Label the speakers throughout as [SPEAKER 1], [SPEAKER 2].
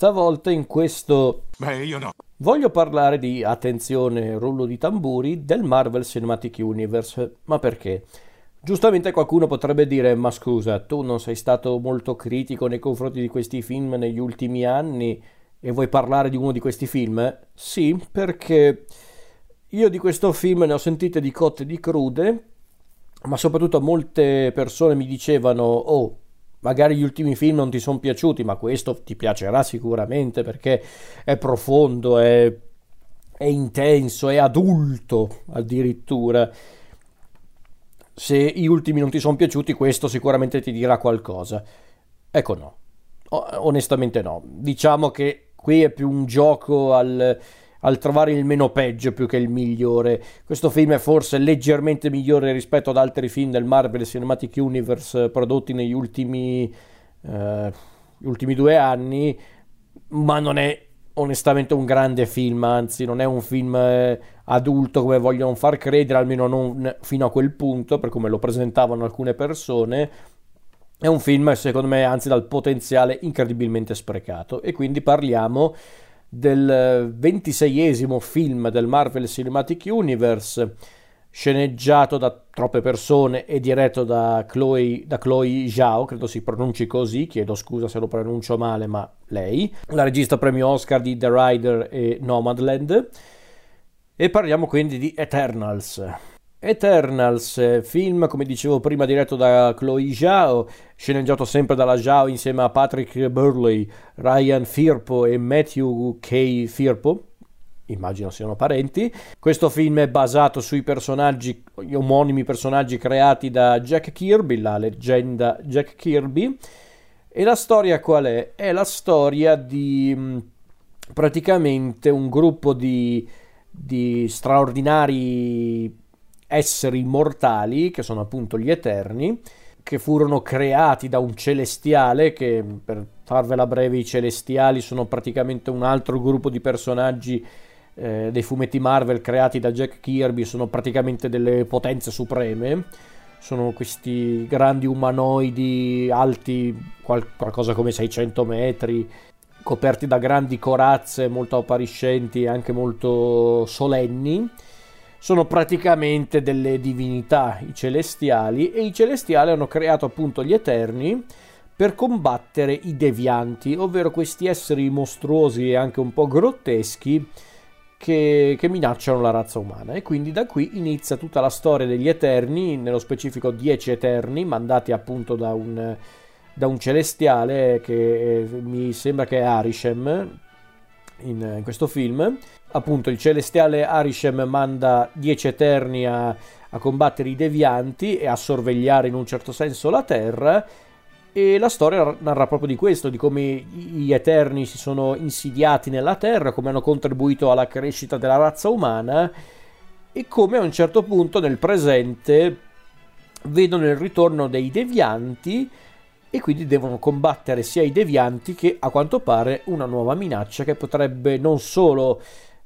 [SPEAKER 1] Stavolta in questo...
[SPEAKER 2] Beh, io no.
[SPEAKER 1] Voglio parlare di, attenzione, rullo di tamburi, del Marvel Cinematic Universe. Ma perché? Giustamente qualcuno potrebbe dire, ma scusa, tu non sei stato molto critico nei confronti di questi film negli ultimi anni e vuoi parlare di uno di questi film? Sì, perché io di questo film ne ho sentite di cotte e di crude, ma soprattutto molte persone mi dicevano, oh, magari gli ultimi film non ti sono piaciuti, ma questo ti piacerà sicuramente perché è profondo, è intenso, è adulto addirittura. Se gli ultimi non ti sono piaciuti, questo sicuramente ti dirà qualcosa. Ecco, no. Onestamente no. Diciamo che qui è più un gioco al trovare il meno peggio più che il migliore. Questo film è forse leggermente migliore rispetto ad altri film del Marvel Cinematic Universe prodotti negli ultimi 2 anni, ma non è onestamente un grande film, anzi non è un film adulto come vogliono far credere, almeno non fino a quel punto, per come lo presentavano alcune persone. È un film, secondo me, anzi dal potenziale incredibilmente sprecato. E quindi parliamo del 26esimo film del Marvel Cinematic Universe, sceneggiato da troppe persone e diretto da Chloe Zhao, credo si pronunci così, chiedo scusa se lo pronuncio male, ma lei, la regista premio Oscar di The Rider e Nomadland. E parliamo quindi di Eternals. Eternals, film come dicevo prima diretto da Chloe Zhao, sceneggiato sempre dalla Zhao insieme a Patrick Burley, Ryan Firpo e Matthew K. Firpo, immagino siano parenti. Questo film è basato sui personaggi, gli omonimi personaggi creati da Jack Kirby, la leggenda Jack Kirby. E la storia qual è? È la storia di praticamente un gruppo di straordinari esseri immortali, che sono appunto gli Eterni, che furono creati da un celestiale, che per farvela breve i celestiali sono praticamente un altro gruppo di personaggi dei fumetti Marvel creati da Jack Kirby, sono praticamente delle potenze supreme, sono questi grandi umanoidi alti qualcosa come 600 metri, coperti da grandi corazze molto appariscenti e anche molto solenni. Sono praticamente delle divinità, i celestiali, e i celestiali hanno creato appunto gli Eterni per combattere i devianti, ovvero questi esseri mostruosi e anche un po' grotteschi che minacciano la razza umana. E quindi da qui inizia tutta la storia degli Eterni, nello specifico 10 Eterni mandati appunto da un celestiale che mi sembra che è Arishem in questo film. Appunto il celestiale Arishem manda 10 Eterni a combattere i devianti e a sorvegliare in un certo senso la Terra, e la storia narra proprio di questo, di come gli Eterni si sono insidiati nella Terra, come hanno contribuito alla crescita della razza umana e come a un certo punto nel presente vedono il ritorno dei devianti e quindi devono combattere sia i devianti che, a quanto pare, una nuova minaccia che potrebbe non solo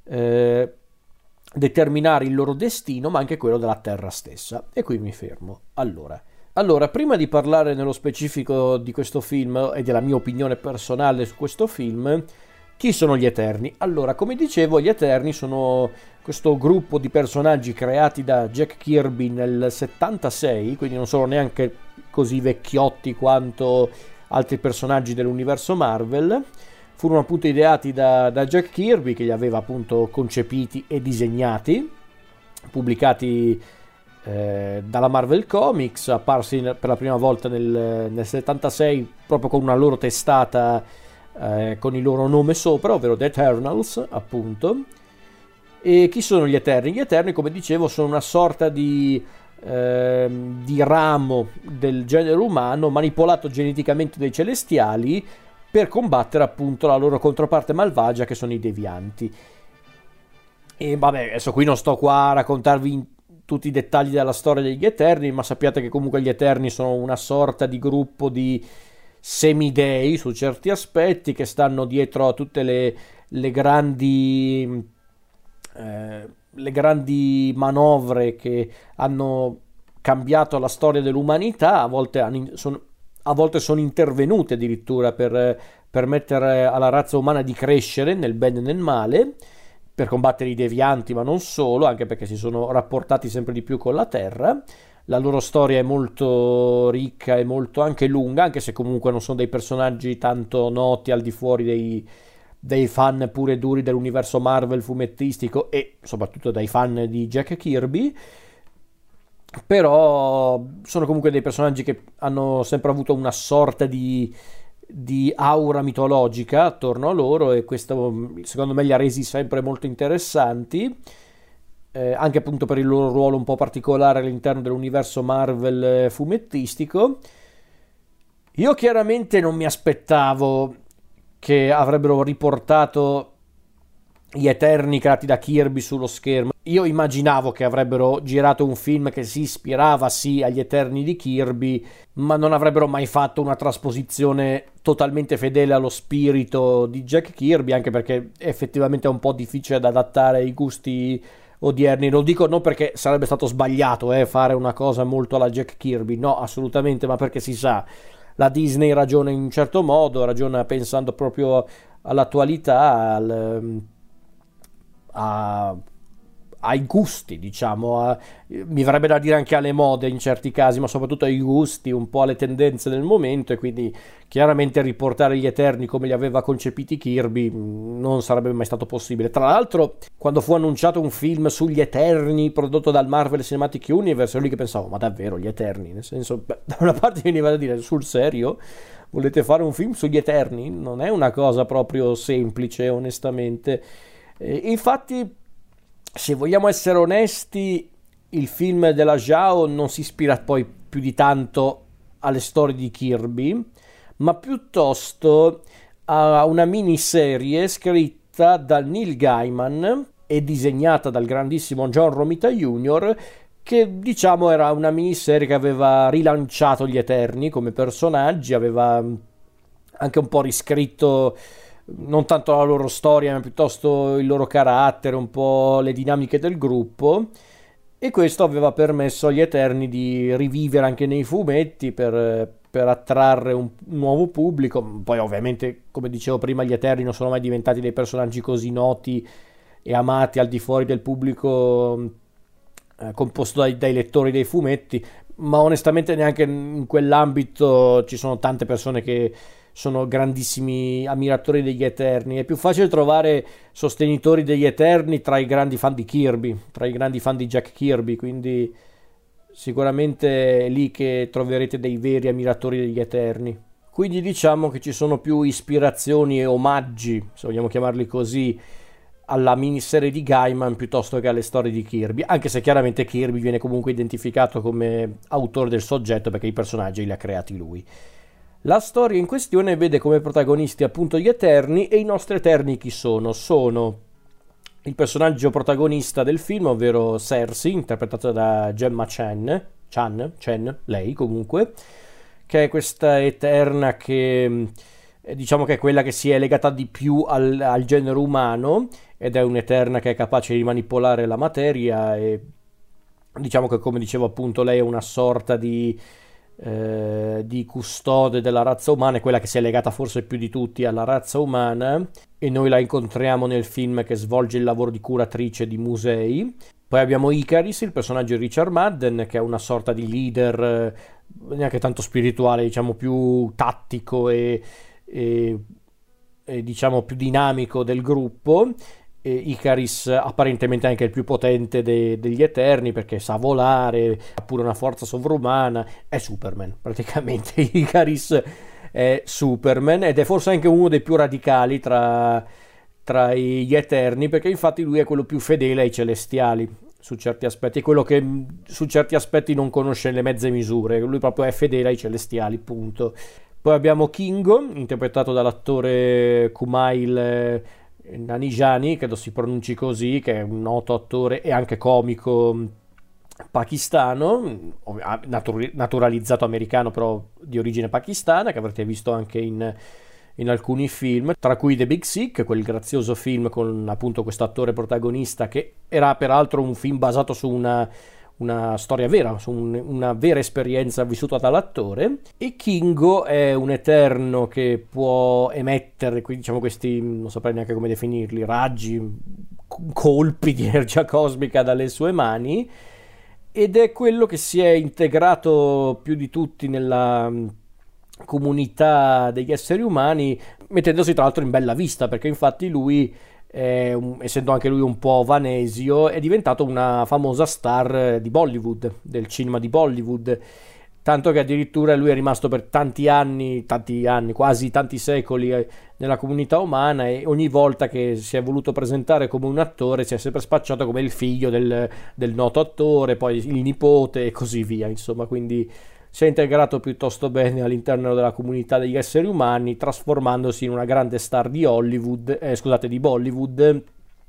[SPEAKER 1] determinare il loro destino, ma anche quello della Terra stessa. E qui mi fermo. Allora, prima di parlare nello specifico di questo film e della mia opinione personale su questo film, chi sono gli Eterni? Allora, come dicevo, gli Eterni sono questo gruppo di personaggi creati da Jack Kirby nel 76, quindi non sono neanche così vecchiotti quanto altri personaggi dell'universo Marvel. Furono appunto ideati da Jack Kirby, che li aveva appunto concepiti e disegnati, pubblicati dalla Marvel Comics, apparsi per la prima volta nel 76 proprio con una loro testata con il loro nome sopra, ovvero The Eternals appunto. E chi sono gli Eterni? Gli Eterni, come dicevo, sono una sorta di ramo del genere umano manipolato geneticamente dai celestiali per combattere appunto la loro controparte malvagia, che sono i devianti. E vabbè, adesso qui non sto qua a raccontarvi tutti i dettagli della storia degli Eterni, ma sappiate che comunque gli Eterni sono una sorta di gruppo di semidei su certi aspetti, che stanno dietro a tutte le grandi manovre che hanno cambiato la storia dell'umanità. A volte sono intervenute addirittura per permettere alla razza umana di crescere nel bene e nel male, per combattere i devianti, ma non solo, anche perché si sono rapportati sempre di più con la Terra. La loro storia è molto ricca e molto anche lunga, anche se comunque non sono dei personaggi tanto noti al di fuori dei fan pure duri dell'universo Marvel fumettistico e soprattutto dai fan di Jack Kirby. Però sono comunque dei personaggi che hanno sempre avuto una sorta di aura mitologica attorno a loro, e questo secondo me li ha resi sempre molto interessanti, anche appunto per il loro ruolo un po' particolare all'interno dell'universo Marvel fumettistico. Io chiaramente non mi aspettavo che avrebbero riportato gli Eterni creati da Kirby sullo schermo. Io immaginavo che avrebbero girato un film che si ispirava sì agli Eterni di Kirby, ma non avrebbero mai fatto una trasposizione totalmente fedele allo spirito di Jack Kirby, anche perché effettivamente è un po' difficile da adattare ai gusti odierni. Lo dico non perché sarebbe stato sbagliato fare una cosa molto alla Jack Kirby, no, assolutamente, ma perché si sa, la Disney ragiona in un certo modo, ragiona pensando proprio all'attualità, ai gusti, diciamo, mi verrebbe da dire anche alle mode in certi casi, ma soprattutto ai gusti, un po' alle tendenze del momento, e quindi chiaramente riportare gli Eterni come li aveva concepiti Kirby non sarebbe mai stato possibile. Tra l'altro, quando fu annunciato un film sugli Eterni prodotto dal Marvel Cinematic Universe, ero lì che pensavo, ma davvero gli Eterni? Nel senso, da una parte mi veniva da dire, sul serio? Volete fare un film sugli Eterni? Non è una cosa proprio semplice, onestamente. Infatti, se vogliamo essere onesti, il film della Zhao non si ispira poi più di tanto alle storie di Kirby, ma piuttosto a una miniserie scritta da Neil Gaiman e disegnata dal grandissimo John Romita Jr., che diciamo era una miniserie che aveva rilanciato gli Eterni come personaggi, aveva anche un po' riscritto non tanto la loro storia, ma piuttosto il loro carattere, un po' le dinamiche del gruppo, e questo aveva permesso agli Eterni di rivivere anche nei fumetti per attrarre un nuovo pubblico. Poi ovviamente, come dicevo prima, gli Eterni non sono mai diventati dei personaggi così noti e amati al di fuori del pubblico composto dai lettori dei fumetti, ma onestamente neanche in quell'ambito ci sono tante persone che sono grandissimi ammiratori degli Eterni. È più facile trovare sostenitori degli Eterni tra i grandi fan di Kirby, tra i grandi fan di Jack Kirby, quindi sicuramente è lì che troverete dei veri ammiratori degli Eterni. Quindi diciamo che ci sono più ispirazioni e omaggi, se vogliamo chiamarli così, alla miniserie di Gaiman piuttosto che alle storie di Kirby, anche se chiaramente Kirby viene comunque identificato come autore del soggetto perché i personaggi li ha creati lui. La storia in questione vede come protagonisti appunto gli Eterni, e i nostri Eterni chi sono? Sono il personaggio protagonista del film, ovvero Cersei, interpretata da Gemma Chan, lei comunque, che è questa Eterna che diciamo che è quella che si è legata di più al genere umano, ed è un'Eterna che è capace di manipolare la materia, e diciamo che, come dicevo appunto, lei è una sorta di custode della razza umana, è quella che si è legata forse più di tutti alla razza umana, e noi la incontriamo nel film che svolge il lavoro di curatrice di musei. Poi abbiamo Icaris, il personaggio di Richard Madden, che è una sorta di leader neanche tanto spirituale, diciamo più tattico e diciamo più dinamico del gruppo. Icaris apparentemente anche il più potente degli Eterni, perché sa volare, ha pure una forza sovrumana, è Superman praticamente. Icaris è Superman, ed è forse anche uno dei più radicali tra gli Eterni, perché infatti lui è quello più fedele ai Celestiali su certi aspetti, è quello che su certi aspetti non conosce le mezze misure, lui proprio è fedele ai Celestiali, punto. Poi abbiamo Kingo, interpretato dall'attore Kumail Nanjiani, credo si pronunci così, che è un noto attore e anche comico pakistano, naturalizzato americano però di origine pakistana, che avrete visto anche in alcuni film, tra cui The Big Sick, quel grazioso film con appunto questo attore protagonista, che era peraltro un film basato su una una storia vera, una vera esperienza vissuta dall'attore. E Kingo è un Eterno che può emettere, diciamo, questi, non saprei neanche come definirli, raggi, colpi di energia cosmica dalle sue mani, ed è quello che si è integrato più di tutti nella comunità degli esseri umani, mettendosi tra l'altro in bella vista, perché infatti lui, essendo anche lui un po' vanesio, è diventato una famosa star di Bollywood, del cinema di Bollywood, tanto che addirittura lui è rimasto per tanti anni, quasi tanti secoli nella comunità umana, e ogni volta che si è voluto presentare come un attore si è sempre spacciato come il figlio del noto attore, poi il nipote e così via, insomma. Quindi si è integrato piuttosto bene all'interno della comunità degli esseri umani, trasformandosi in una grande star di di Bollywood,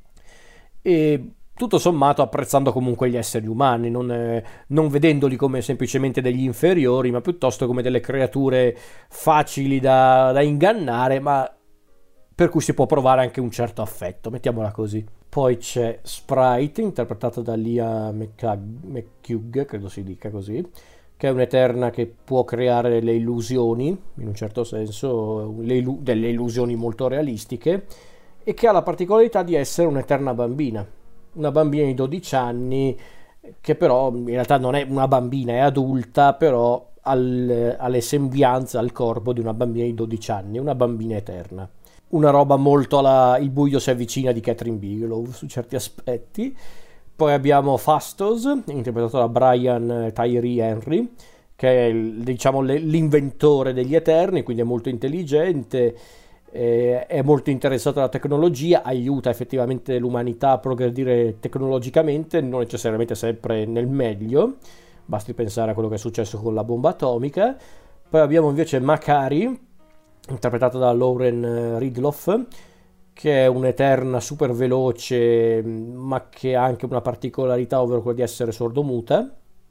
[SPEAKER 1] e tutto sommato apprezzando comunque gli esseri umani, non vedendoli come semplicemente degli inferiori, ma piuttosto come delle creature facili da ingannare, ma per cui si può provare anche un certo affetto, mettiamola così. Poi c'è Sprite, interpretato da Lia McHugh, credo si dica così, che è un'Eterna che può creare le illusioni, in un certo senso, delle illusioni molto realistiche, e che ha la particolarità di essere un'Eterna bambina, una bambina di 12 anni, che però in realtà non è una bambina, è adulta, però ha le sembianze al corpo di una bambina di 12 anni, una bambina eterna. Una roba molto alla Il buio si avvicina di Catherine Bigelow su certi aspetti. Poi abbiamo Fastos, interpretato da Brian Tyree Henry, che è diciamo l'inventore degli Eterni, quindi è molto intelligente, è molto interessato alla tecnologia, aiuta effettivamente l'umanità a progredire tecnologicamente, non necessariamente sempre nel meglio, basti pensare a quello che è successo con la bomba atomica. Poi abbiamo invece Makari, interpretato da Lauren Ridloff, che è un'Eterna super veloce, ma che ha anche una particolarità, ovvero quella di essere sordomuta.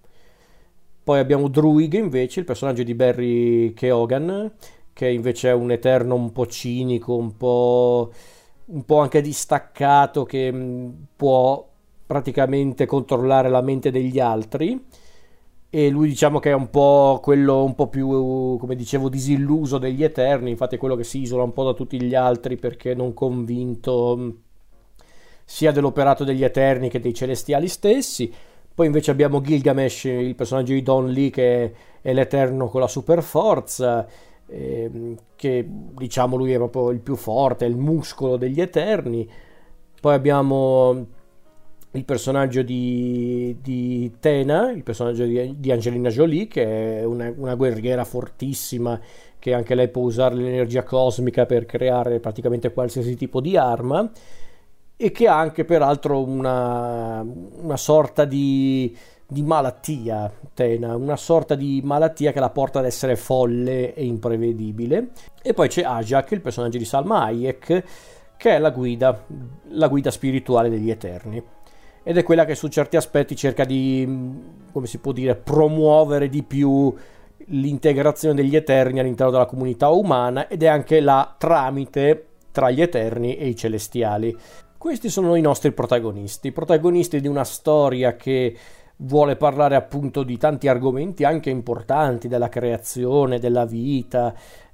[SPEAKER 1] Poi abbiamo Druig invece, il personaggio di Barry Keoghan, che invece è un Eterno un po' cinico, un po' anche distaccato, che può praticamente controllare la mente degli altri. E lui diciamo che è un po' quello un po' più, come dicevo, disilluso degli Eterni, infatti è quello che si isola un po' da tutti gli altri perché non convinto sia dell'operato degli Eterni che dei Celestiali stessi. Poi invece abbiamo Gilgamesh, il personaggio di Don Lee, che è l'Eterno con la super forza, che diciamo lui è proprio il più forte, è il muscolo degli Eterni. Poi abbiamo il personaggio di Tena, il personaggio di Angelina Jolie, che è una guerriera fortissima, che anche lei può usare l'energia cosmica per creare praticamente qualsiasi tipo di arma, e che ha anche peraltro una sorta di malattia, Tena, una sorta di malattia che la porta ad essere folle e imprevedibile. E poi c'è Ajak, il personaggio di Salma Hayek, che è la guida spirituale degli Eterni, ed è quella che su certi aspetti cerca di, come si può dire, promuovere di più l'integrazione degli Eterni all'interno della comunità umana, ed è anche la tramite tra gli Eterni e i Celestiali. Questi sono i nostri protagonisti di una storia che vuole parlare appunto di tanti argomenti anche importanti, della creazione, della vita,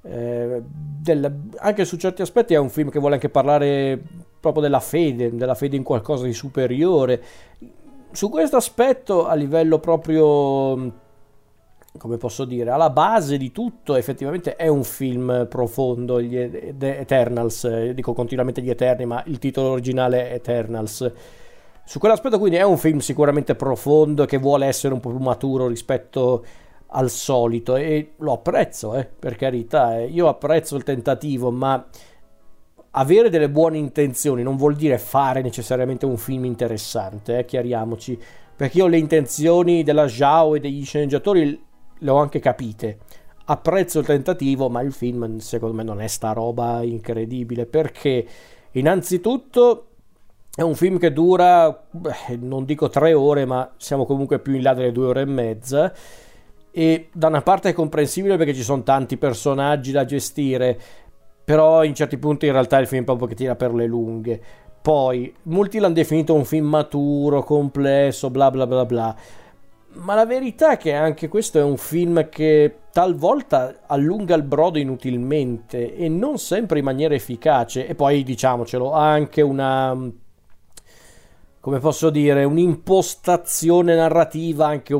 [SPEAKER 1] anche su certi aspetti è un film che vuole anche parlare proprio della fede in qualcosa di superiore. Su questo aspetto, a livello proprio, come posso dire, alla base di tutto, effettivamente è un film profondo, The Eternals, dico continuamente gli Eterni, ma il titolo originale è Eternals. Su quell'aspetto quindi è un film sicuramente profondo, che vuole essere un po' più maturo rispetto al solito, e lo apprezzo, per carità, io apprezzo il tentativo, ma avere delle buone intenzioni non vuol dire fare necessariamente un film interessante, chiariamoci, perché io le intenzioni della Zhao e degli sceneggiatori le ho anche capite, apprezzo il tentativo, ma il film secondo me non è sta roba incredibile, perché innanzitutto è un film che dura, non dico 3 ore, ma siamo comunque più in là delle 2 ore e mezza, e da una parte è comprensibile perché ci sono tanti personaggi da gestire, però in certi punti in realtà il film è proprio che tira per le lunghe. Poi molti l'hanno definito un film maturo, complesso, bla bla bla bla, Ma la verità è che anche questo è un film che talvolta allunga il brodo inutilmente e non sempre in maniera efficace. E poi, diciamocelo, ha anche una, come posso dire, un'impostazione narrativa anche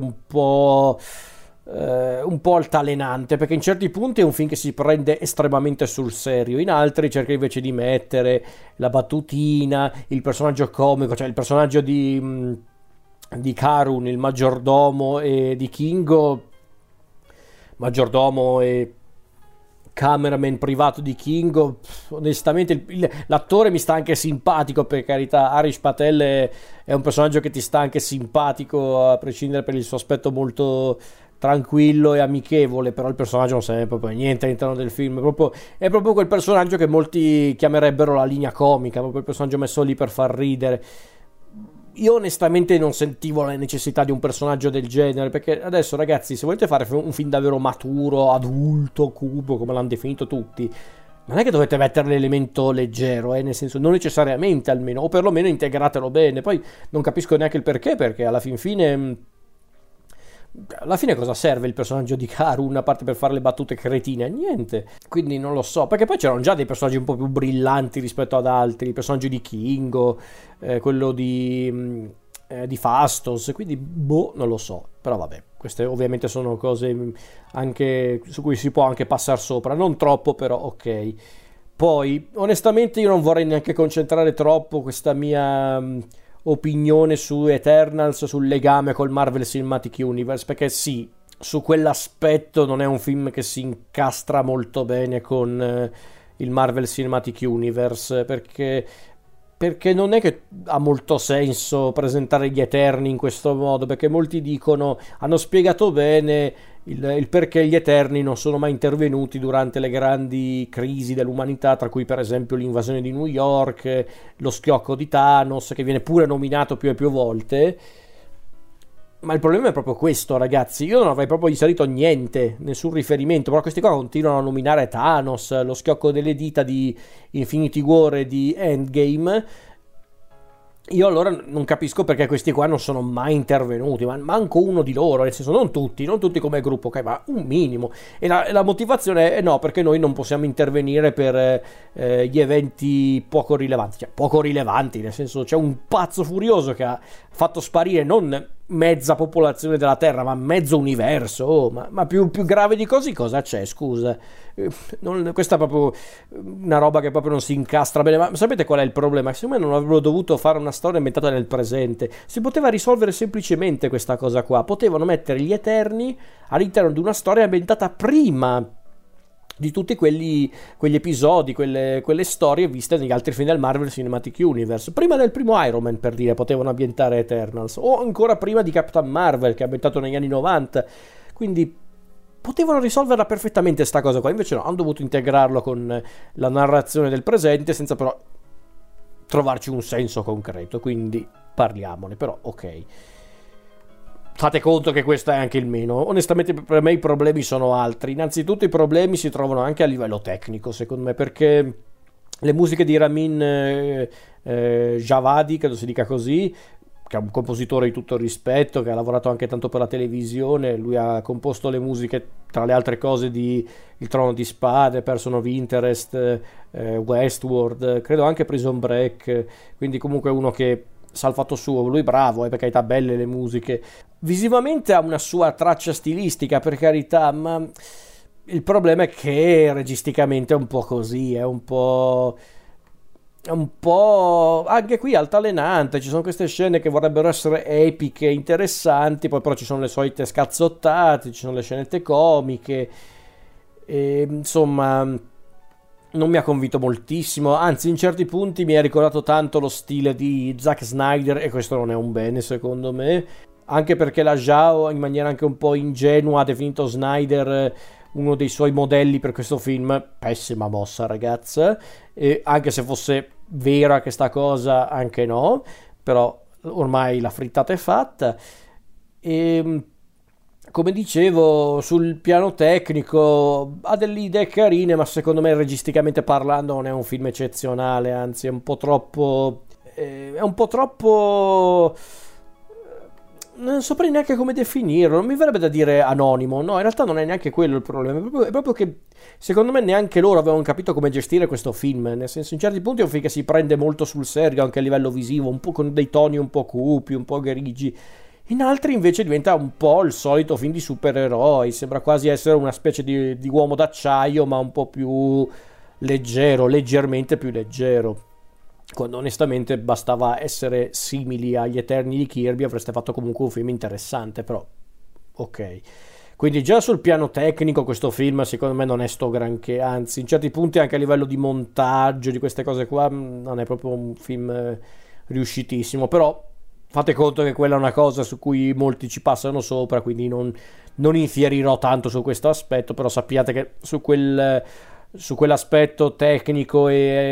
[SPEAKER 1] un po' altalenante, perché in certi punti è un film che si prende estremamente sul serio, in altri cerca invece di mettere la battutina, il personaggio comico, cioè il personaggio di Karun, il maggiordomo, e di Kingo, maggiordomo e cameraman privato di Kingo. Onestamente l'attore mi sta anche simpatico, per carità. Harish Patel è un personaggio che ti sta anche simpatico, a prescindere per il suo aspetto molto tranquillo e amichevole, però il personaggio non serve proprio a niente all'interno del film, è proprio quel personaggio che molti chiamerebbero la linea comica, proprio il personaggio messo lì per far ridere. Io onestamente non sentivo la necessità di un personaggio del genere, perché adesso, ragazzi, se volete fare un film davvero maturo, adulto, cubo, come l'hanno definito tutti, non è che dovete mettere l'elemento leggero, nel senso, non necessariamente almeno, o perlomeno integratelo bene. Poi non capisco neanche il perché alla fine cosa serve il personaggio di Karun, a parte per fare le battute cretine? Niente. Quindi non lo so, perché poi c'erano già dei personaggi un po' più brillanti rispetto ad altri, il personaggio di Kingo, quello di Fastos, quindi non lo so. Però vabbè, queste ovviamente sono cose anche su cui si può anche passare sopra, non troppo, però ok. Poi onestamente io non vorrei neanche concentrare troppo questa mia opinione su Eternals, sul legame col Marvel Cinematic Universe, perché sì, su quell'aspetto non è un film che si incastra molto bene con il Marvel Cinematic Universe, perché non è che ha molto senso presentare gli Eterni in questo modo, perché molti dicono, hanno spiegato bene il perché gli Eterni non sono mai intervenuti durante le grandi crisi dell'umanità, tra cui per esempio l'invasione di New York, lo schiocco di Thanos, che viene pure nominato più e più volte. Ma il problema è proprio questo, ragazzi. Io non avrei proprio inserito niente, nessun riferimento, però questi qua continuano a nominare Thanos, lo schiocco delle dita di Infinity War e di Endgame. Io allora non capisco perché questi qua non sono mai intervenuti, ma manco uno di loro, nel senso non tutti come gruppo, ok, ma un minimo. E la motivazione è no, perché noi non possiamo intervenire per gli eventi poco rilevanti, cioè poco rilevanti, nel senso c'è un pazzo furioso che ha fatto sparire non mezza popolazione della Terra, ma mezzo universo. Ma più grave di così cosa c'è, scusa? Questa è proprio una roba che proprio non si incastra bene. Ma sapete qual è il problema? Secondo me non avrebbero dovuto fare una storia ambientata nel presente, si poteva risolvere semplicemente questa cosa qua. Potevano mettere gli Eterni all'interno di una storia ambientata prima di tutti quegli episodi, quelle storie viste negli altri film del Marvel Cinematic Universe. Prima del primo Iron Man, per dire, potevano ambientare Eternals, o ancora prima di Captain Marvel, che è ambientato negli anni 90. Quindi potevano risolverla perfettamente sta cosa qua, invece no, hanno dovuto integrarlo con la narrazione del presente senza però trovarci un senso concreto, quindi parliamone. Però ok, fate conto che questo è anche il meno. Onestamente per me i problemi sono altri. Innanzitutto i problemi si trovano anche a livello tecnico, secondo me, perché le musiche di Ramin Djawadi, credo si dica così, che è un compositore di tutto rispetto, che ha lavorato anche tanto per la televisione. Lui ha composto le musiche, tra le altre cose, di Il Trono di Spade, Person of Interest, Westworld, credo anche Prison Break. Quindi comunque uno che sa il fatto suo. Lui bravo, per carità, belle le musiche. Visivamente ha una sua traccia stilistica, per carità, ma il problema è che registicamente è un po' così, è un po' anche qui altalenante. Ci sono queste scene che vorrebbero essere epiche, interessanti, poi però ci sono le solite scazzottate, ci sono le scenette comiche, e, insomma, non mi ha convinto moltissimo, anzi in certi punti mi ha ricordato tanto lo stile di Zack Snyder, e questo non è un bene secondo me, anche perché la Zhao in maniera anche un po' ingenua ha definito Snyder uno dei suoi modelli per questo film. Pessima mossa, ragazza, e anche se fosse vera questa cosa, anche no, però ormai la frittata è fatta. E come dicevo, sul piano tecnico ha delle idee carine, ma secondo me registicamente parlando non è un film eccezionale, anzi è un po' troppo non saprei neanche come definirlo, non mi verrebbe da dire anonimo, no, in realtà non è neanche quello il problema, è proprio che secondo me neanche loro avevano capito come gestire questo film, nel senso in certi punti è un film che si prende molto sul serio anche a livello visivo, un po' con dei toni un po' cupi, un po' grigi, in altri invece diventa un po' il solito film di supereroi, sembra quasi essere una specie di uomo d'acciaio ma un po' più leggero, leggermente più leggero. Quando onestamente bastava essere simili agli Eterni di Kirby avreste fatto comunque un film interessante, però ok. Quindi già sul piano tecnico questo film secondo me non è sto granché, anzi in certi punti anche a livello di montaggio, di queste cose qua, non è proprio un film riuscitissimo, però fate conto che quella è una cosa su cui molti ci passano sopra, quindi non infierirò tanto su questo aspetto, però sappiate che su quell'aspetto tecnico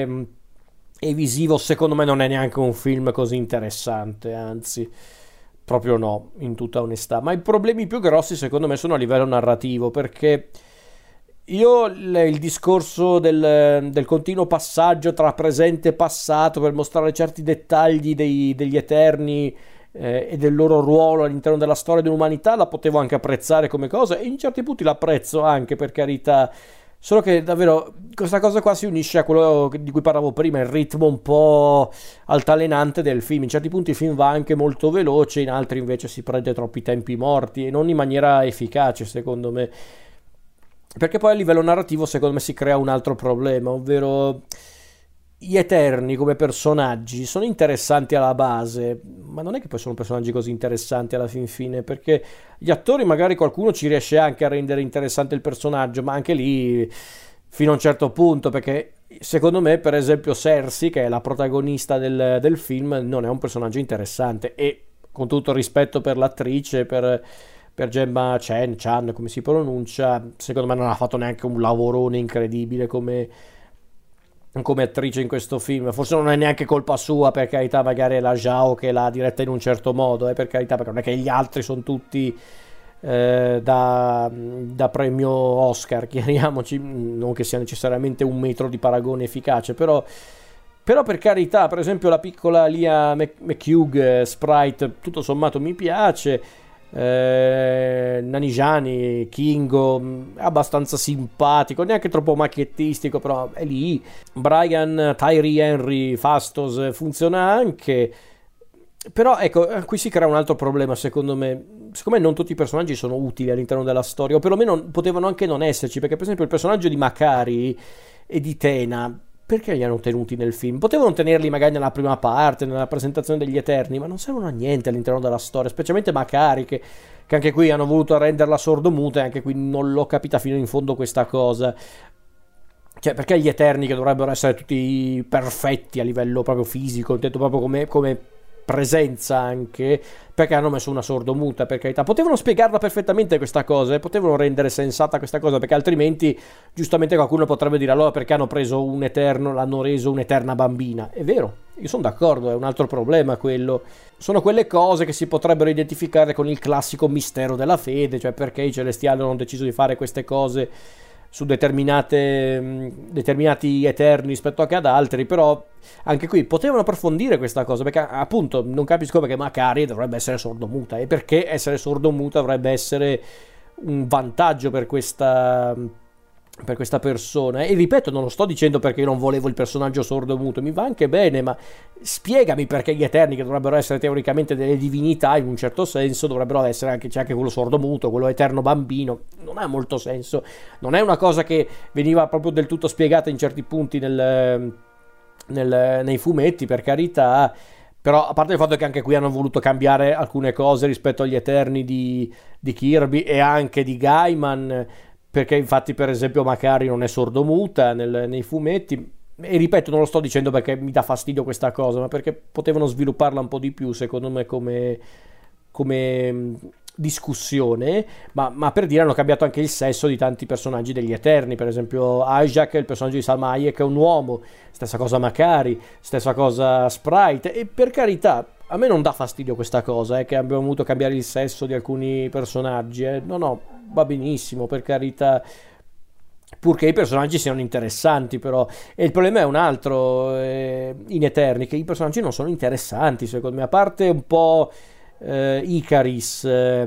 [SPEAKER 1] e visivo secondo me non è neanche un film così interessante, anzi proprio no, in tutta onestà. Ma i problemi più grossi secondo me sono a livello narrativo, perché io il discorso del continuo passaggio tra presente e passato per mostrare certi dettagli degli Eterni e del loro ruolo all'interno della storia dell'umanità la potevo anche apprezzare come cosa, e in certi punti l'apprezzo anche, per carità. Solo che davvero questa cosa qua si unisce a quello di cui parlavo prima, il ritmo un po' altalenante del film. In certi punti il film va anche molto veloce, in altri invece si prende troppi tempi morti e non in maniera efficace, secondo me. Perché poi a livello narrativo, secondo me, si crea un altro problema, ovvero gli Eterni come personaggi sono interessanti alla base, ma non è che poi sono personaggi così interessanti alla fin fine, perché gli attori magari qualcuno ci riesce anche a rendere interessante il personaggio, ma anche lì fino a un certo punto, perché secondo me per esempio Cersei, che è la protagonista del film, non è un personaggio interessante, e con tutto il rispetto per l'attrice, per Gemma Chan, come si pronuncia, secondo me non ha fatto neanche un lavorone incredibile come attrice in questo film. Forse non è neanche colpa sua, per carità, magari è la Zhao che l'ha diretta in un certo modo, per carità, perché non è che gli altri sono tutti da premio Oscar, chiariamoci, non che sia necessariamente un metro di paragone efficace, però per carità, per esempio la piccola Lia McHugh Sprite tutto sommato mi piace. Nanijani, Kingo, abbastanza simpatico, neanche troppo macchiettistico, però è lì. Brian, Tyree Henry, Fastos funziona anche. Però ecco, qui si crea un altro problema, secondo me. Secondo me non tutti i personaggi sono utili all'interno della storia, o perlomeno potevano anche non esserci, perché per esempio il personaggio di Makari e di Tena, perché li hanno tenuti nel film? Potevano tenerli magari nella prima parte, nella presentazione degli Eterni, ma non servono a niente all'interno della storia, specialmente Makari, che anche qui hanno voluto renderla sordomuta, e anche qui non l'ho capita fino in fondo questa cosa. Cioè, perché gli Eterni, che dovrebbero essere tutti perfetti a livello proprio fisico, detto proprio come presenza anche, perché hanno messo una sordomuta, per carità? Potevano spiegarla perfettamente questa cosa, potevano rendere sensata questa cosa, perché altrimenti giustamente qualcuno potrebbe dire allora perché hanno preso un eterno, l'hanno reso un'eterna bambina. È vero, io sono d'accordo, è un altro problema quello. Sono quelle cose che si potrebbero identificare con il classico mistero della fede, cioè perché i celestiali hanno deciso di fare queste cose su determinati Eterni rispetto anche ad altri, però anche qui potevano approfondire questa cosa, perché appunto non capisco perché Makari dovrebbe essere sordomuta, e perché essere sordomuta dovrebbe essere un vantaggio per questa persona. E ripeto, non lo sto dicendo perché io non volevo il personaggio sordomuto, mi va anche bene, ma spiegami perché gli Eterni, che dovrebbero essere teoricamente delle divinità in un certo senso, dovrebbero essere c'è anche quello sordomuto, quello eterno bambino. Non ha molto senso, non è una cosa che veniva proprio del tutto spiegata in certi punti nei fumetti, per carità. Però a parte il fatto che anche qui hanno voluto cambiare alcune cose rispetto agli Eterni di Kirby e anche di Gaiman, perché infatti per esempio Makari non è sordomuta nei fumetti, e ripeto, non lo sto dicendo perché mi dà fastidio questa cosa, ma perché potevano svilupparla un po' di più, secondo me, come discussione, ma per dire hanno cambiato anche il sesso di tanti personaggi degli Eterni, per esempio Isaac, il personaggio di Salma Hayek, è un uomo, stessa cosa Makari, stessa cosa Sprite, e per carità a me non dà fastidio questa cosa, che abbiamo dovuto cambiare il sesso di alcuni personaggi, no, va benissimo, per carità, purché i personaggi siano interessanti. Però, e il problema è un altro in Eterni, che i personaggi non sono interessanti secondo me, a parte un po' Icaris,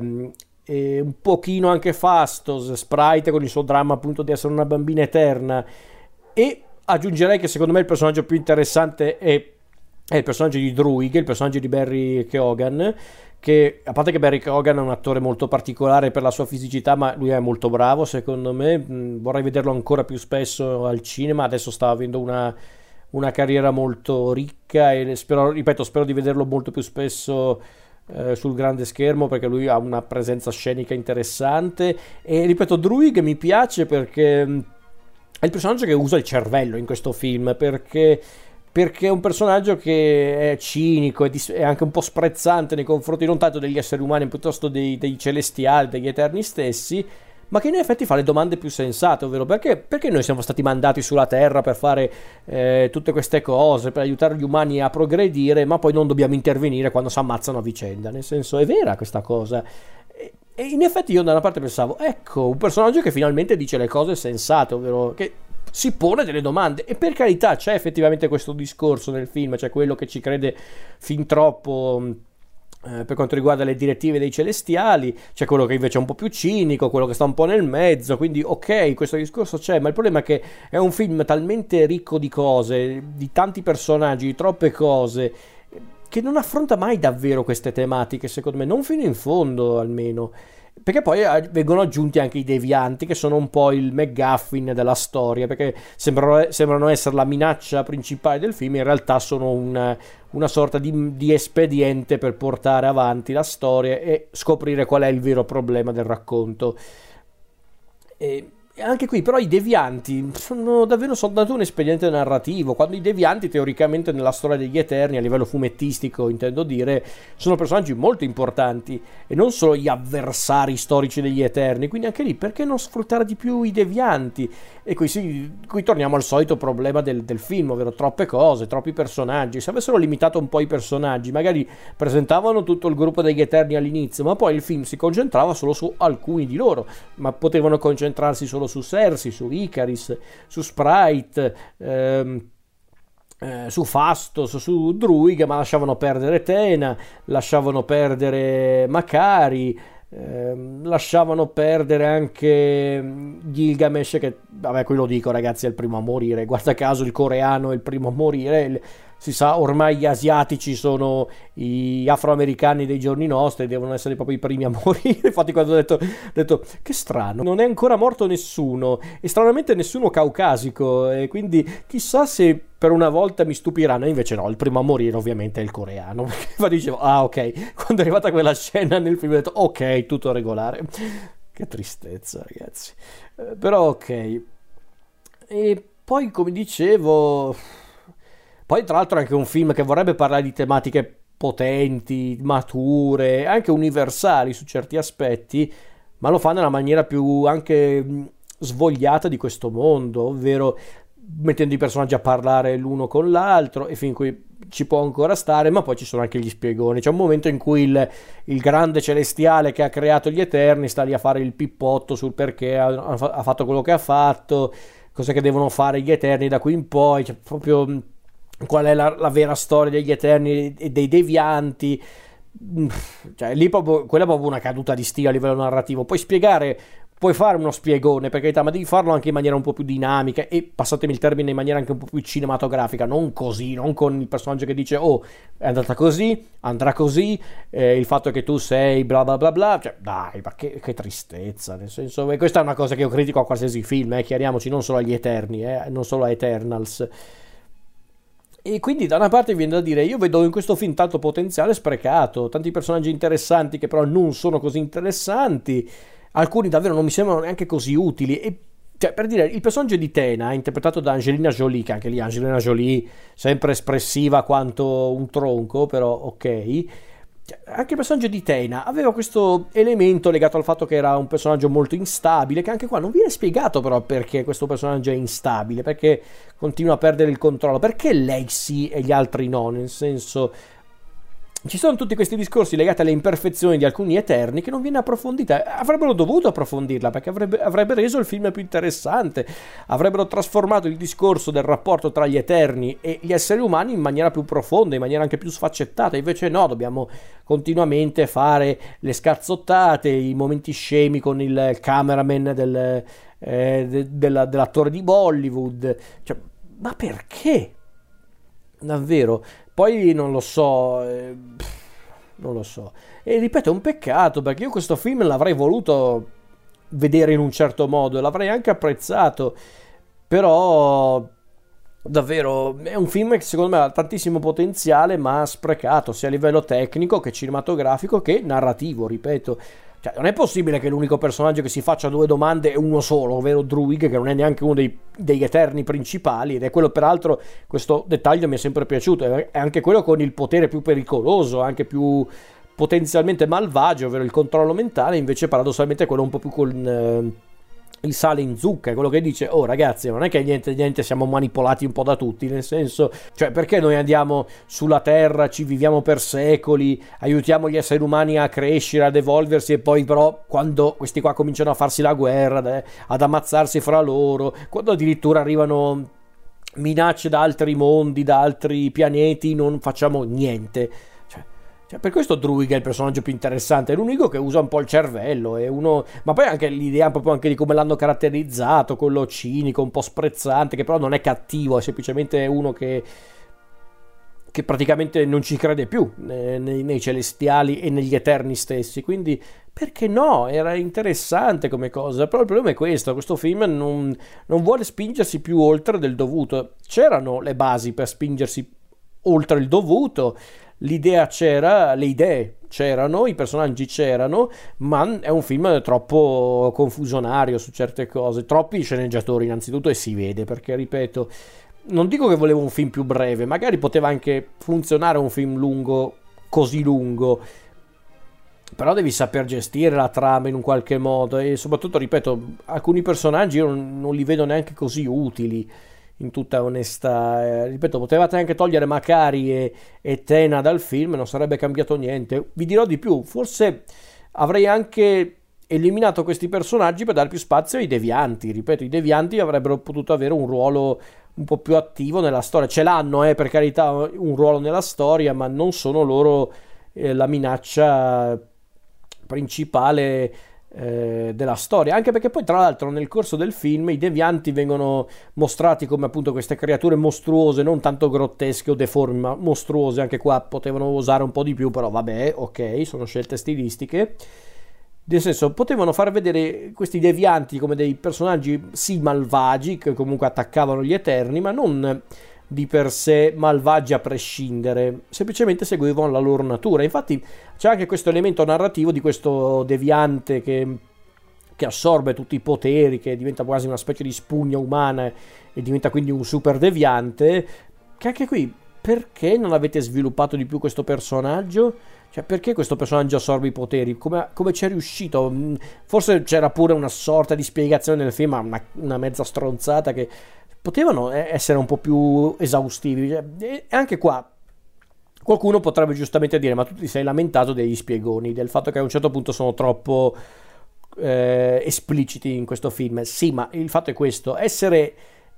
[SPEAKER 1] e un pochino anche Fastos, Sprite con il suo dramma appunto di essere una bambina eterna, e aggiungerei che secondo me il personaggio più interessante è il personaggio di Druig, il personaggio di Barry Keoghan, che a parte che Barry Keoghan è un attore molto particolare per la sua fisicità, ma lui è molto bravo secondo me. Vorrei vederlo ancora più spesso al cinema, adesso sta avendo una carriera molto ricca e spero di vederlo molto più spesso sul grande schermo, perché lui ha una presenza scenica interessante. E ripeto, Druig mi piace perché è il personaggio che usa il cervello in questo film, perché è un personaggio che è cinico, è anche un po' sprezzante nei confronti non tanto degli esseri umani, piuttosto dei celestiali, degli eterni stessi, ma che in effetti fa le domande più sensate, ovvero perché noi siamo stati mandati sulla Terra per fare tutte queste cose, per aiutare gli umani a progredire, ma poi non dobbiamo intervenire quando si ammazzano a vicenda. Nel senso, è vera questa cosa. E in effetti io da una parte pensavo, ecco, un personaggio che finalmente dice le cose sensate, ovvero che si pone delle domande. E per carità, c'è effettivamente questo discorso nel film, c'è quello che ci crede fin troppo per quanto riguarda le direttive dei celestiali, c'è quello che invece è un po' più cinico, quello che sta un po' nel mezzo, quindi ok, questo discorso c'è, ma il problema è che è un film talmente ricco di cose, di tanti personaggi, di troppe cose, che non affronta mai davvero queste tematiche, secondo me, non fino in fondo almeno. Perché poi vengono aggiunti anche i devianti, che sono un po' il MacGuffin della storia, perché sembrano essere la minaccia principale del film, in realtà sono una sorta di espediente per portare avanti la storia e scoprire qual è il vero problema del racconto. E anche qui però i devianti sono davvero soltanto un espediente narrativo, quando i devianti teoricamente nella storia degli Eterni, a livello fumettistico intendo dire, sono personaggi molto importanti e non solo gli avversari storici degli Eterni. Quindi anche lì perché non sfruttare di più i devianti? E qui torniamo al solito problema del film, ovvero troppe cose, troppi personaggi. Se avessero limitato un po' i personaggi, magari presentavano tutto il gruppo degli Eterni all'inizio, ma poi il film si concentrava solo su alcuni di loro, ma potevano concentrarsi solo su Cersei, su Icaris, su Sprite, su Fastos, su Druig, ma lasciavano perdere Tena, lasciavano perdere Makari, lasciavano perdere anche Gilgamesh, che vabbè, qui lo dico ragazzi, è il primo a morire, guarda caso il coreano è il primo a morire. Si sa, ormai gli asiatici sono gli afroamericani dei giorni nostri, devono essere proprio i primi a morire. Infatti quando ho detto che strano, non è ancora morto nessuno, e stranamente nessuno caucasico, e quindi chissà se per una volta mi stupiranno. Invece no, il primo a morire ovviamente è il coreano. Infatti dicevo, ok, quando è arrivata quella scena nel film ho detto ok, tutto regolare. Che tristezza ragazzi, però ok. E poi come dicevo, poi tra l'altro è anche un film che vorrebbe parlare di tematiche potenti, mature, anche universali su certi aspetti, ma lo fa nella maniera più anche svogliata di questo mondo, ovvero mettendo i personaggi a parlare l'uno con l'altro, e fin qui ci può ancora stare, ma poi ci sono anche gli spiegoni. C'è un momento in cui il grande celestiale che ha creato gli Eterni sta lì a fare il pippotto sul perché ha fatto quello che ha fatto, cosa che devono fare gli Eterni da qui in poi, cioè proprio qual è la vera storia degli Eterni e dei devianti. Cioè lì proprio, quella è proprio una caduta di stile a livello narrativo. Puoi fare uno spiegone, per carità, ma devi farlo anche in maniera un po' più dinamica e, passatemi il termine, in maniera anche un po' più cinematografica, non così, non con il personaggio che dice oh, è andata così, andrà così, il fatto che tu sei bla bla bla bla, cioè dai, ma che tristezza, nel senso, questa è una cosa che io critico a qualsiasi film, chiariamoci, non solo agli Eterni, non solo a Eternals. E quindi da una parte viene da dire, io vedo in questo film tanto potenziale sprecato, tanti personaggi interessanti che però non sono così interessanti, alcuni davvero non mi sembrano neanche così utili. E cioè, per dire, il personaggio di Tena, interpretato da Angelina Jolie, che anche lì Angelina Jolie sempre espressiva quanto un tronco, però ok. Anche il personaggio di Tena aveva questo elemento legato al fatto che era un personaggio molto instabile, che anche qua non viene spiegato però perché questo personaggio è instabile, perché continua a perdere il controllo, perché lei sì e gli altri no, nel senso, ci sono tutti questi discorsi legati alle imperfezioni di alcuni Eterni che non viene approfondita. Avrebbero dovuto approfondirla, perché avrebbe reso il film più interessante, avrebbero trasformato il discorso del rapporto tra gli Eterni e gli esseri umani in maniera più profonda, in maniera anche più sfaccettata. Invece no, dobbiamo continuamente fare le scazzottate, i momenti scemi con il cameraman dell'attore di Bollywood. Cioè, ma perché? Davvero? Poi non lo so, non lo so. E ripeto, è un peccato, perché io questo film l'avrei voluto vedere in un certo modo, l'avrei anche apprezzato, però davvero è un film che secondo me ha tantissimo potenziale, ma ha sprecato sia a livello tecnico che cinematografico che narrativo, ripeto. Cioè, non è possibile che l'unico personaggio che si faccia due domande è uno solo, ovvero Druig, che non è neanche uno degli Eterni principali, ed è quello, peraltro, questo dettaglio mi è sempre piaciuto, è anche quello con il potere più pericoloso, anche più potenzialmente malvagio, ovvero il controllo mentale. Invece paradossalmente è quello un po' più con il sale in zucca, è quello che dice: oh ragazzi, non è che niente siamo manipolati un po' da tutti, nel senso, cioè, perché noi andiamo sulla Terra, ci viviamo per secoli, aiutiamo gli esseri umani a crescere, ad evolversi, e poi però quando questi qua cominciano a farsi la guerra, ad ammazzarsi fra loro, quando addirittura arrivano minacce da altri mondi, da altri pianeti, non facciamo niente. Cioè, per questo Druig è il personaggio più interessante, è l'unico che usa un po' il cervello, è uno... ma poi anche l'idea proprio anche di come l'hanno caratterizzato, quello cinico, un po' sprezzante, che però non è cattivo, è semplicemente uno che praticamente non ci crede più nei celestiali e negli Eterni stessi. Quindi perché no? Era interessante come cosa, però il problema è questo film non vuole spingersi più oltre del dovuto. C'erano le basi per spingersi oltre il dovuto, l'idea c'era, le idee c'erano, i personaggi c'erano, ma è un film troppo confusionario su certe cose, troppi sceneggiatori innanzitutto, e si vede, perché ripeto, non dico che volevo un film più breve, magari poteva anche funzionare un film lungo, così lungo, però devi saper gestire la trama in un qualche modo, e soprattutto, ripeto, alcuni personaggi io non li vedo neanche così utili, in tutta onestà. Ripeto, potevate anche togliere Makari e Tena dal film, non sarebbe cambiato niente. Vi dirò di più, forse avrei anche eliminato questi personaggi per dare più spazio ai devianti. Ripeto, i devianti avrebbero potuto avere un ruolo un po' più attivo nella storia. Ce l'hanno, per carità, un ruolo nella storia, ma non sono loro la minaccia principale della storia, anche perché poi, tra l'altro, nel corso del film i devianti vengono mostrati come appunto queste creature mostruose, non tanto grottesche o deformi, ma mostruose. Anche qua potevano usare un po' di più, però vabbè, ok, sono scelte stilistiche. Nel senso, potevano far vedere questi devianti come dei personaggi sì malvagi, che comunque attaccavano gli Eterni, ma non di per sé malvagi a prescindere, semplicemente seguivano la loro natura. Infatti c'è anche questo elemento narrativo di questo deviante che assorbe tutti i poteri, che diventa quasi una specie di spugna umana e diventa quindi un super deviante, che anche qui, perché non avete sviluppato di più questo personaggio? Cioè, perché questo personaggio assorbe i poteri? Come ci è riuscito? Forse c'era pure una sorta di spiegazione nel film, ma una mezza stronzata, che potevano essere un po' più esaustivi. E anche qua qualcuno potrebbe giustamente dire: ma tu ti sei lamentato degli spiegoni, del fatto che a un certo punto sono troppo espliciti in questo film. Sì, ma il fatto è questo: essere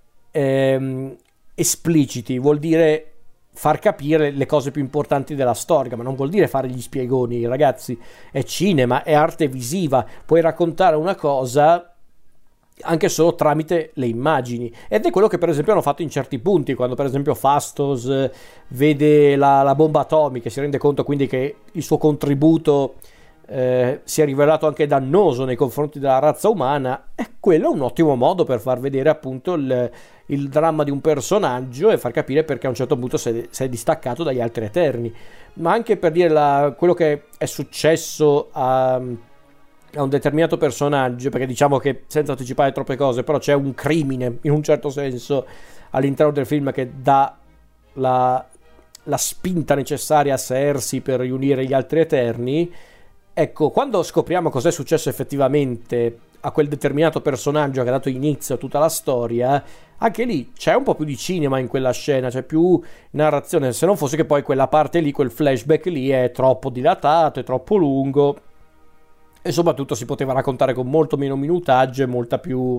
[SPEAKER 1] espliciti vuol dire far capire le cose più importanti della storia, ma non vuol dire fare gli spiegoni, ragazzi. È cinema, è arte visiva, puoi raccontare una cosa anche solo tramite le immagini, ed è quello che per esempio hanno fatto in certi punti, quando per esempio Fastos vede la bomba atomica e si rende conto quindi che il suo contributo si è rivelato anche dannoso nei confronti della razza umana. E quello è un ottimo modo per far vedere appunto il dramma di un personaggio e far capire perché a un certo punto si è distaccato dagli altri Eterni, ma anche per dire quello che è successo a un determinato personaggio, perché diciamo che, senza anticipare troppe cose, però c'è un crimine in un certo senso all'interno del film che dà la spinta necessaria a Cersei per riunire gli altri Eterni. Ecco, quando scopriamo cos'è successo effettivamente a quel determinato personaggio che ha dato inizio a tutta la storia, anche lì c'è un po' più di cinema in quella scena, c'è più narrazione, se non fosse che poi quella parte lì, quel flashback lì è troppo dilatato, è troppo lungo e soprattutto si poteva raccontare con molto meno minutaggio e molta più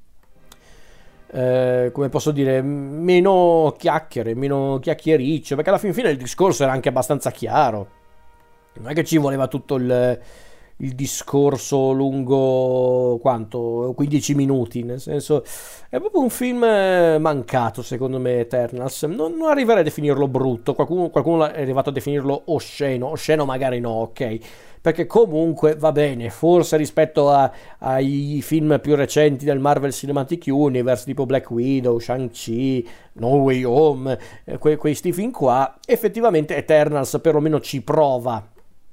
[SPEAKER 1] come posso dire, meno chiacchiere, meno chiacchiericcio, perché alla fin fine il discorso era anche abbastanza chiaro, non è che ci voleva tutto il discorso lungo quanto 15 minuti, nel senso è proprio un film mancato secondo me Eternals. Non arriverei a definirlo brutto, qualcuno è arrivato a definirlo osceno magari no, ok, perché comunque va bene, forse rispetto ai film più recenti del Marvel Cinematic Universe tipo Black Widow, Shang-Chi, No Way Home, questi film qua, effettivamente Eternals perlomeno ci prova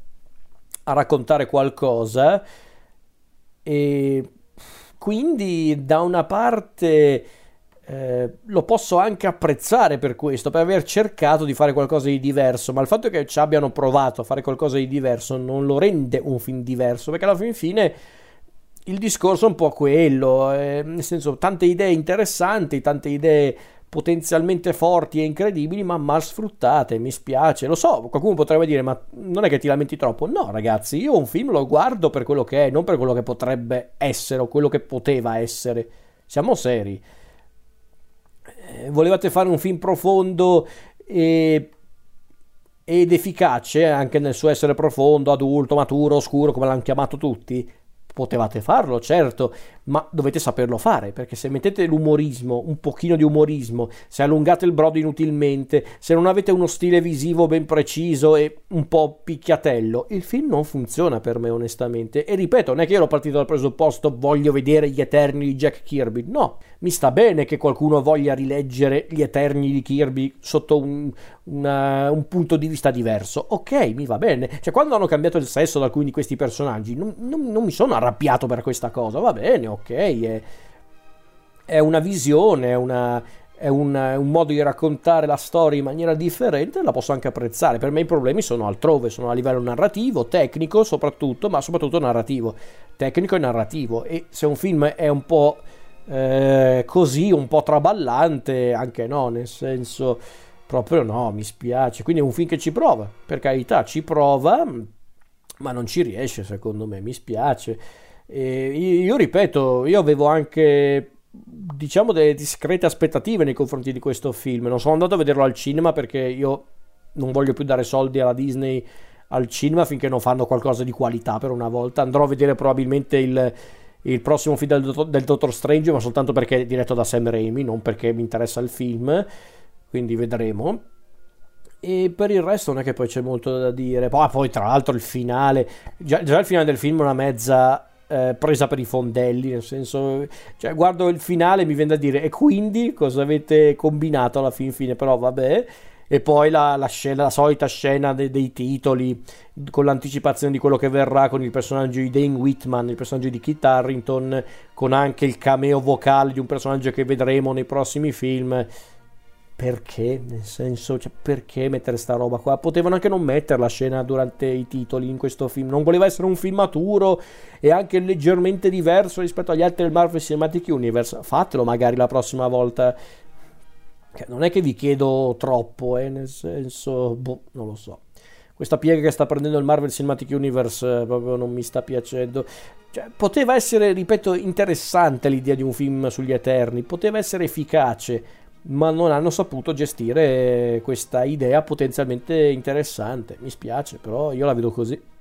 [SPEAKER 1] a raccontare qualcosa, e quindi da una parte lo posso anche apprezzare per questo, per aver cercato di fare qualcosa di diverso, ma il fatto che ci abbiano provato a fare qualcosa di diverso non lo rende un film diverso, perché alla fine il discorso è un po' quello, nel senso tante idee interessanti, tante idee potenzialmente forti e incredibili, ma mal sfruttate. Mi spiace, lo so, qualcuno potrebbe dire ma non è che ti lamenti troppo. No ragazzi, io un film lo guardo per quello che è, non per quello che potrebbe essere o quello che poteva essere. Siamo seri. Volevate fare un film profondo ed efficace anche nel suo essere profondo, adulto, maturo, oscuro, come l'hanno chiamato tutti? Potevate farlo, certo, ma dovete saperlo fare, perché se mettete l'umorismo, un pochino di umorismo, se allungate il brodo inutilmente, se non avete uno stile visivo ben preciso e un po' picchiatello, il film non funziona per me onestamente. E ripeto, non è che io ero partito dal presupposto voglio vedere gli Eterni di Jack Kirby, no, mi sta bene che qualcuno voglia rileggere gli Eterni di Kirby sotto un punto di vista diverso, ok, mi va bene. Cioè quando hanno cambiato il sesso da alcuni di questi personaggi non mi sono arrabbiato per questa cosa, va bene, ok, è una visione, è un modo di raccontare la storia in maniera differente, la posso anche apprezzare. Per me i problemi sono altrove, sono a livello narrativo, tecnico soprattutto, ma soprattutto narrativo, tecnico e narrativo. E se un film è un po' così, un po' traballante, anche no, nel senso proprio no, mi spiace. Quindi è un film che ci prova, per carità, ci prova, ma non ci riesce secondo me, mi spiace. Io ripeto, io avevo anche diciamo delle discrete aspettative nei confronti di questo film. Non sono andato a vederlo al cinema perché io non voglio più dare soldi alla Disney al cinema finché non fanno qualcosa di qualità per una volta. Andrò a vedere probabilmente il prossimo film del Doctor Strange, ma soltanto perché è diretto da Sam Raimi, non perché mi interessa il film, quindi vedremo. E per il resto non è che poi c'è molto da dire. Poi tra l'altro il finale, già il finale del film è una mezza presa per i fondelli, nel senso, cioè guardo il finale e mi viene da dire e quindi cosa avete combinato alla fine, però vabbè. E poi la solita scena dei titoli con l'anticipazione di quello che verrà, con il personaggio di Dane Whitman, il personaggio di Kit Harington, con anche il cameo vocale di un personaggio che vedremo nei prossimi film. Perché? Nel senso, cioè, perché mettere sta roba qua? Potevano anche non mettere la scena durante i titoli in questo film. Non voleva essere un film maturo e anche leggermente diverso rispetto agli altri del Marvel Cinematic Universe. Fatelo magari la prossima volta. Non è che vi chiedo troppo, nel senso, non lo so. Questa piega che sta prendendo il Marvel Cinematic Universe proprio non mi sta piacendo. Cioè, poteva essere, ripeto, interessante l'idea di un film sugli Eterni, poteva essere efficace, ma non hanno saputo gestire questa idea potenzialmente interessante. Mi spiace, però io la vedo così.